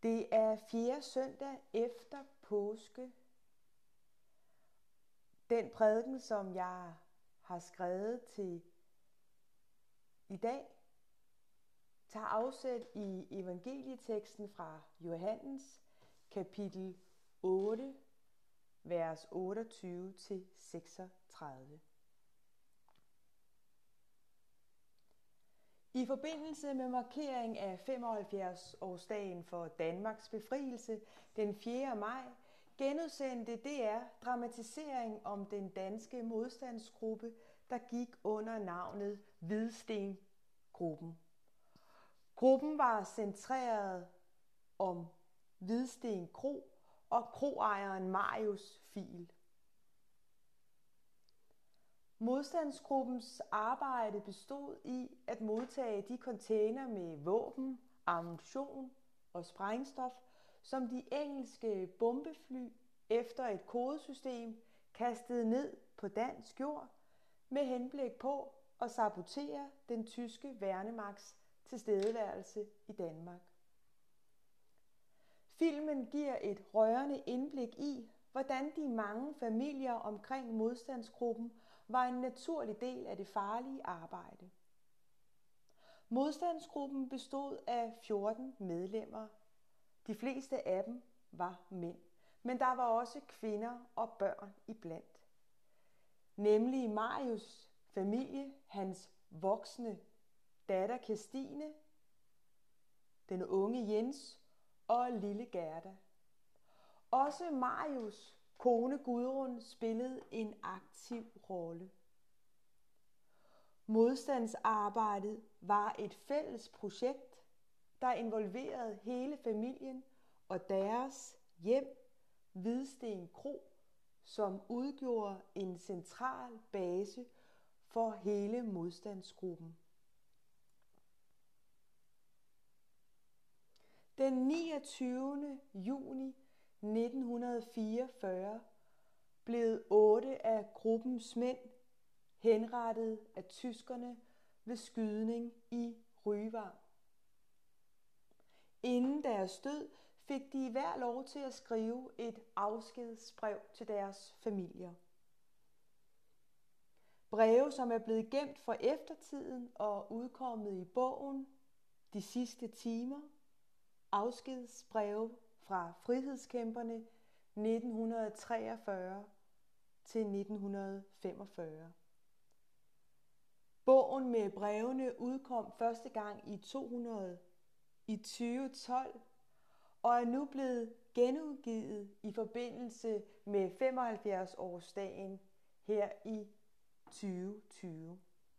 Det er 4. søndag efter påske. Den prædiken, som jeg har skrevet til i dag, tager afsæt i evangelieteksten fra Johannes, kapitel 8, vers 28-36. I forbindelse med markering af 75-årsdagen for Danmarks befrielse den 4. maj, genudsendte DR dramatisering om den danske modstandsgruppe, der gik under navnet Hvidsten-gruppen. Gruppen var centreret om Hvidsten Kro og kroejeren Marius Fiel. Modstandsgruppens arbejde bestod i at modtage de container med våben, ammunition og sprængstof, som de engelske bombefly efter et kodesystem kastede ned på dansk jord med henblik på at sabotere den tyske værnemagts tilstedeværelse i Danmark. Filmen giver et rørende indblik i, hvordan de mange familier omkring modstandsgruppen var en naturlig del af det farlige arbejde. Modstandsgruppen bestod af 14 medlemmer. De fleste af dem var mænd, men der var også kvinder og børn iblandt. Nemlig Marius' familie, hans voksne datter Kirstine, den unge Jens og lille Gerda. Også Marius' kone Gudrun spillede en aktiv rolle. Modstandsarbejdet var et fælles projekt, der involverede hele familien og deres hjem, Hvidsten Kro, som udgjorde en central base for hele modstandsgruppen. Den 29. juni 1944 blev 8 af gruppens mænd henrettet af tyskerne ved skydning i Ryvang. Inden deres død fik de hver lov til at skrive et afskedsbrev til deres familier. Breve, som er blevet gemt for eftertiden og udkommet i bogen De sidste timer, afskedsbreve fra frihedskæmperne 1943 til 1945. Bogen med brevene udkom første gang i 2012 og er nu blevet genudgivet i forbindelse med 75-årsdagen her i 2020.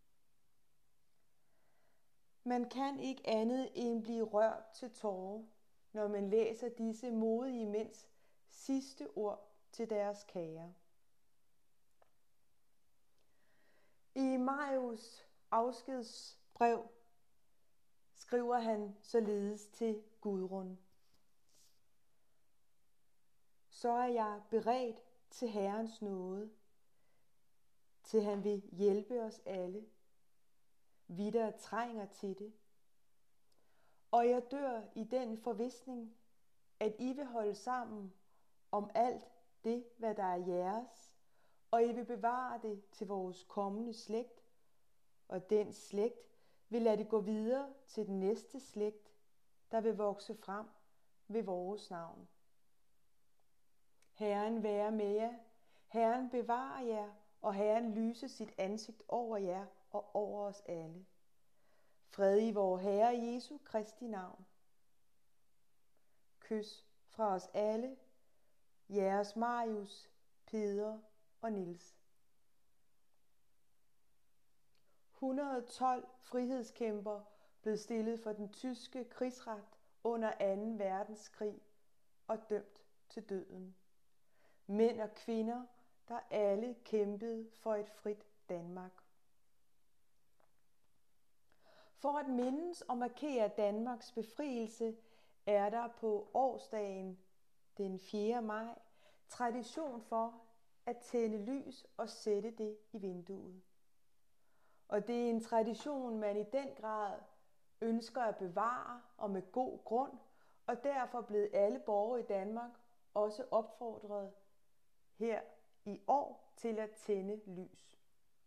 Man kan ikke andet end blive rørt til tårer, når man læser disse modige mænds sidste ord til deres kære. I Marius' afskedsbrev skriver han således til Gudrun: Så er jeg beredt til Herrens nåde, til han vil hjælpe os alle, vi der trænger til det. Og jeg dør i den forvisning, at I vil holde sammen om alt det, hvad der er jeres, og I vil bevare det til vores kommende slægt, og den slægt vil lade det gå videre til den næste slægt, der vil vokse frem ved vores navn. Herren være med jer, Herren bevare jer, og Herren lyse sit ansigt over jer og over os alle. Fred i vor Herre Jesu Kristi navn. Kys fra os alle, jeres Marius, Peder og Niels. 112 frihedskæmper blev stillet for den tyske krigsret under 2. verdenskrig og dømt til døden. Mænd og kvinder, der alle kæmpede for et frit Danmark. For at mindes og markere Danmarks befrielse, er der på årsdagen den 4. maj tradition for at tænde lys og sætte det i vinduet. Og det er en tradition, man i den grad ønsker at bevare og med god grund, og derfor blev alle borgere i Danmark også opfordret her i år til at tænde lys.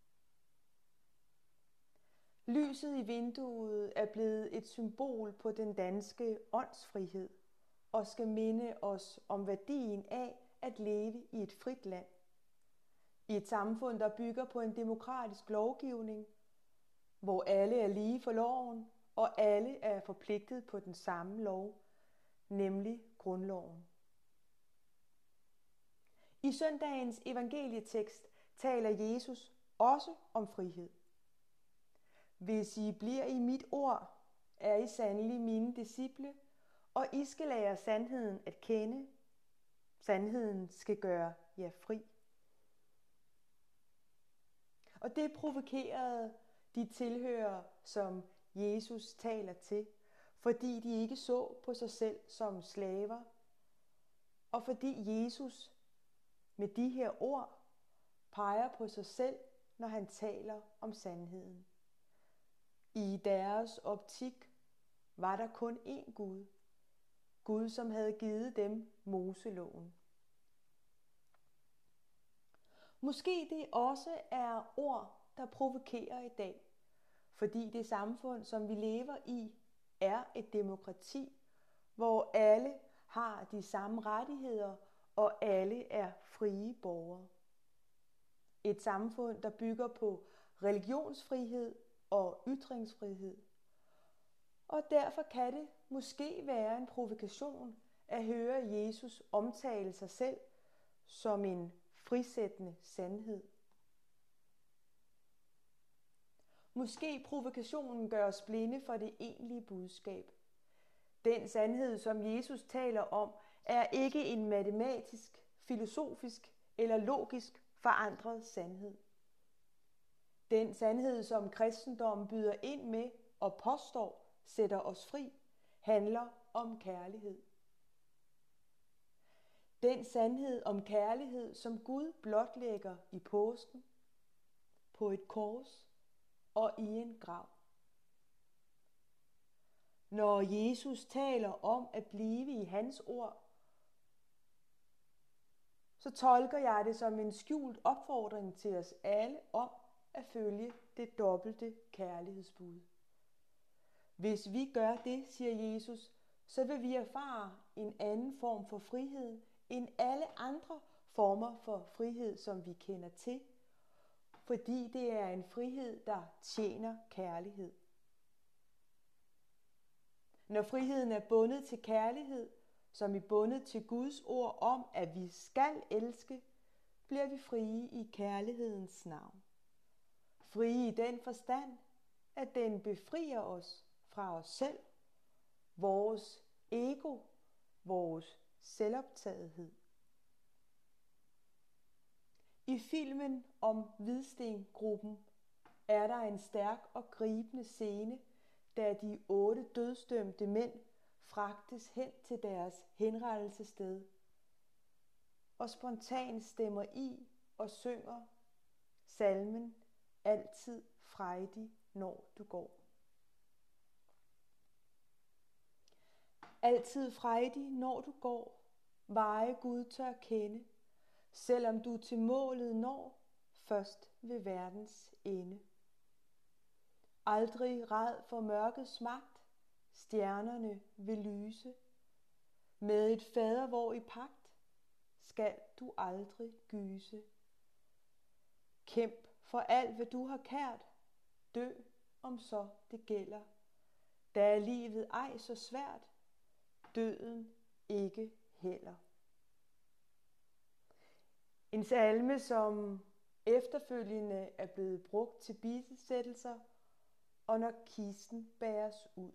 Lyset i vinduet er blevet et symbol på den danske åndsfrihed og skal minde os om værdien af at leve i et frit land. I et samfund, der bygger på en demokratisk lovgivning, hvor alle er lige for loven, og alle er forpligtet på den samme lov, nemlig grundloven. I søndagens evangelietekst taler Jesus også om frihed. Hvis I bliver i mit ord, er I sandelig mine disciple, og I skal lære sandheden at kende. Sandheden skal gøre jer fri. Og det provokerede de tilhørere, som Jesus taler til, fordi de ikke så på sig selv som slaver, og fordi Jesus med de her ord peger på sig selv, når han taler om sandheden. I deres optik var der kun én Gud. Gud, som havde givet dem Moseloven. Måske det også er ord, der provokerer i dag, fordi det samfund, som vi lever i, er et demokrati, hvor alle har de samme rettigheder, og alle er frie borgere. Et samfund, der bygger på religionsfrihed og ytringsfrihed. Og derfor kan det måske være en provokation at høre Jesus omtale sig selv som en frisættende sandhed. Måske provokationen gør os blinde for det egentlige budskab. Den sandhed, som Jesus taler om, er ikke en matematisk, filosofisk eller logisk forandret sandhed. Den sandhed, som kristendommen byder ind med og påstår sætter os fri, handler om kærlighed. Den sandhed om kærlighed, som Gud blotlægger i påsken, på et kors og i en grav. Når Jesus taler om at blive i hans ord, så tolker jeg det som en skjult opfordring til os alle om at følge det dobbelte kærlighedsbud. Hvis vi gør det, siger Jesus, så vil vi erfare en anden form for frihed end alle andre former for frihed, som vi kender til, fordi det er en frihed, der tjener kærlighed. Når friheden er bundet til kærlighed, som er bundet til Guds ord om, at vi skal elske, bliver vi frie i kærlighedens navn. Frie i den forstand, at den befrier os fra os selv, vores ego, vores selvoptagethed. I filmen om Hvidstengruppen er der en stærk og gribende scene, da de 8 dødsdømte mænd fragtes hen til deres henrettelsessted og spontant stemmer i og synger salmen Altid frejdig, når du går. Altid frejdig, når du går, veje Gud tør kende, selvom du til målet når, først ved verdens ende. Aldrig ræd for mørkets magt, stjernerne vil lyse. Med et fadervor i pagt, skal du aldrig gyse. Kæmp for alt, hvad du har kært, dø, om så det gælder. Da er livet ej så svært, døden ikke heller. En salme, som efterfølgende er blevet brugt til bisættelser, og når kisten bæres ud.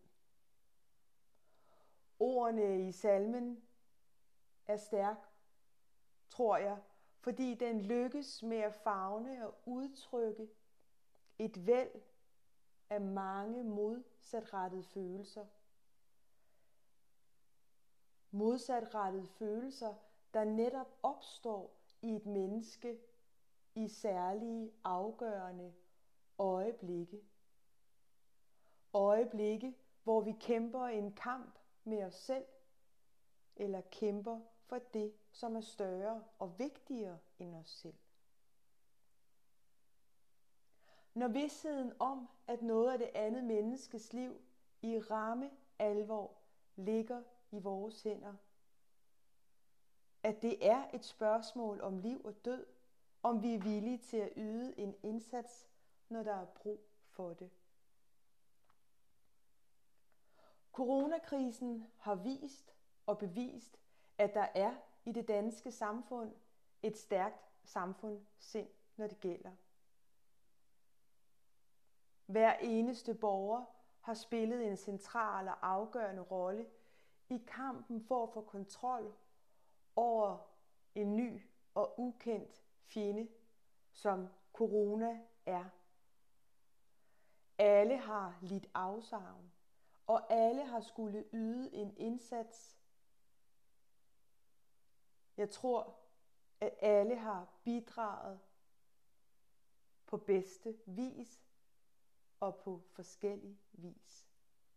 Ordene i salmen er stærk, tror jeg, fordi den lykkes med at favne og udtrykke et væld af mange modsatrettede følelser. Modsatrettede følelser, der netop opstår i et menneske i særlige afgørende øjeblikke. Øjeblikke, hvor vi kæmper en kamp med os selv eller kæmper for det, som er større og vigtigere end os selv. Når vidstheden om, at noget af det andet menneskes liv i ramme alvor ligger i vores hænder, at det er et spørgsmål om liv og død, om vi er villige til at yde en indsats, når der er brug for det. Coronakrisen har vist og bevist, at der er i det danske samfund et stærkt samfundssind, når det gælder. Hver eneste borger har spillet en central og afgørende rolle i kampen for at få kontrol over en ny og ukendt fjende, som corona er. Alle har lidt afsavn, og alle har skulle yde en indsats. Jeg tror, at alle har bidraget på bedste vis og på forskellig vis.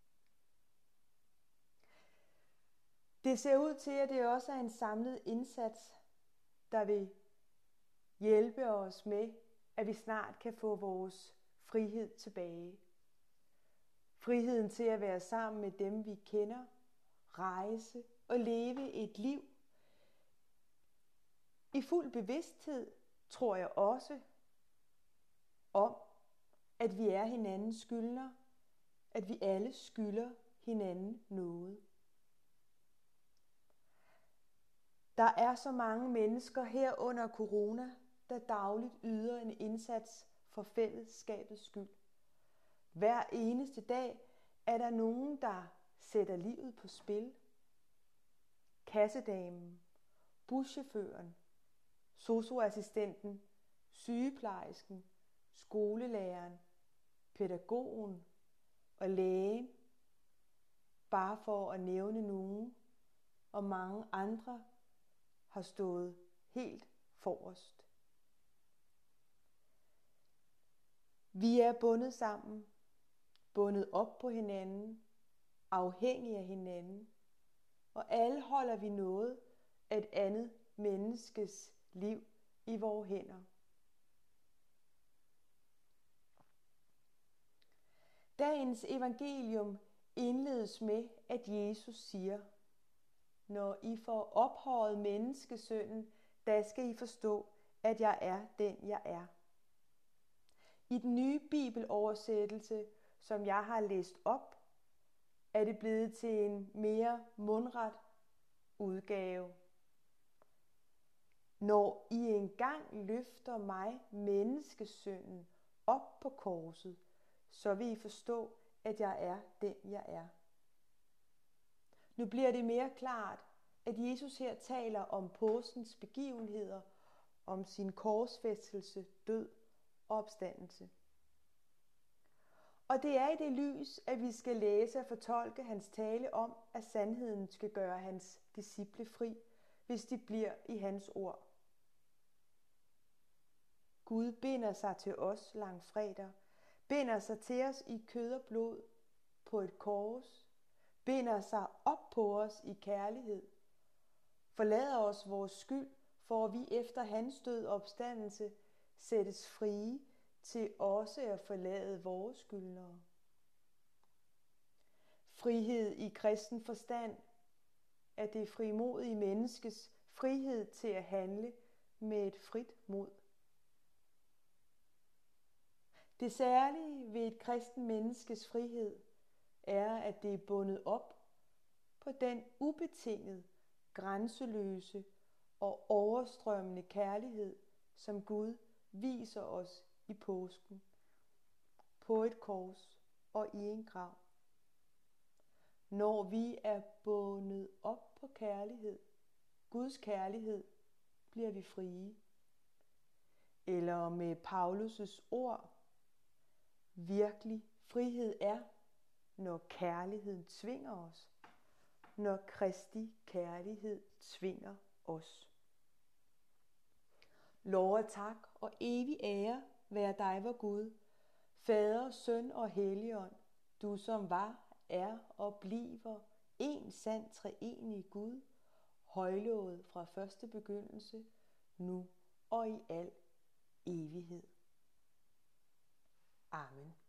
Det ser ud til, at det også er en samlet indsats, der vil hjælpe os med, at vi snart kan få vores frihed tilbage. Friheden til at være sammen med dem, vi kender, rejse og leve et liv i fuld bevidsthed, tror jeg også, om, at vi er hinanden skyldner, at vi alle skylder hinanden noget. Der er så mange mennesker her under corona, der dagligt yder en indsats for fællesskabets skyld. Hver eneste dag er der nogen, der sætter livet på spil. Kassedamen, buschaufføren, sosu-assistenten, sygeplejersken, skolelæreren, pædagogen og lægen, bare for at nævne nogen, og mange andre har stået helt forrest. Vi er bundet sammen, bundet op på hinanden, afhængige af hinanden, og alle holder vi noget af et andet menneskes liv i vores hænder. Dagens evangelium indledes med, at Jesus siger: når I får ophøjet menneskesønnen, da skal I forstå, at jeg er den, jeg er. I den nye bibeloversættelse, som jeg har læst op, er det blevet til en mere mundret udgave. Når I engang løfter mig, menneskesønnen, op på korset, så vil I forstå, at jeg er den, jeg er. Nu bliver det mere klart, at Jesus her taler om påskens begivenheder, om sin korsfæstelse, død og opstandelse. Og det er i det lys, at vi skal læse og fortolke hans tale om, at sandheden skal gøre hans disciple fri, hvis de bliver i hans ord. Gud binder sig til os langfredag, binder sig til os i kød og blod på et kors, binder sig op på os i kærlighed, forlader os vores skyld, for at vi efter hans død og opstandelse sættes frie til også at forlade vores skyldnere. Frihed i kristen forstand er det frimodige menneskes frihed til at handle med et frit mod. Det særlige ved et kristen menneskes frihed er, at det er bundet op på den ubetingede, grænseløse og overstrømmende kærlighed, som Gud viser os i påsken, på et kors og i en grav. Når vi er bundet op på kærlighed, Guds kærlighed, bliver vi frie. Eller med Paulus' ord, virkelig frihed er, når kærligheden tvinger os, når Kristi kærlighed tvinger os. Lov og tak og evig ære være dig, vor Gud, Fader, Søn og Helligånd, du som var, er og bliver en sand treenig Gud, højlovet fra første begyndelse, nu og i al evighed. Amen.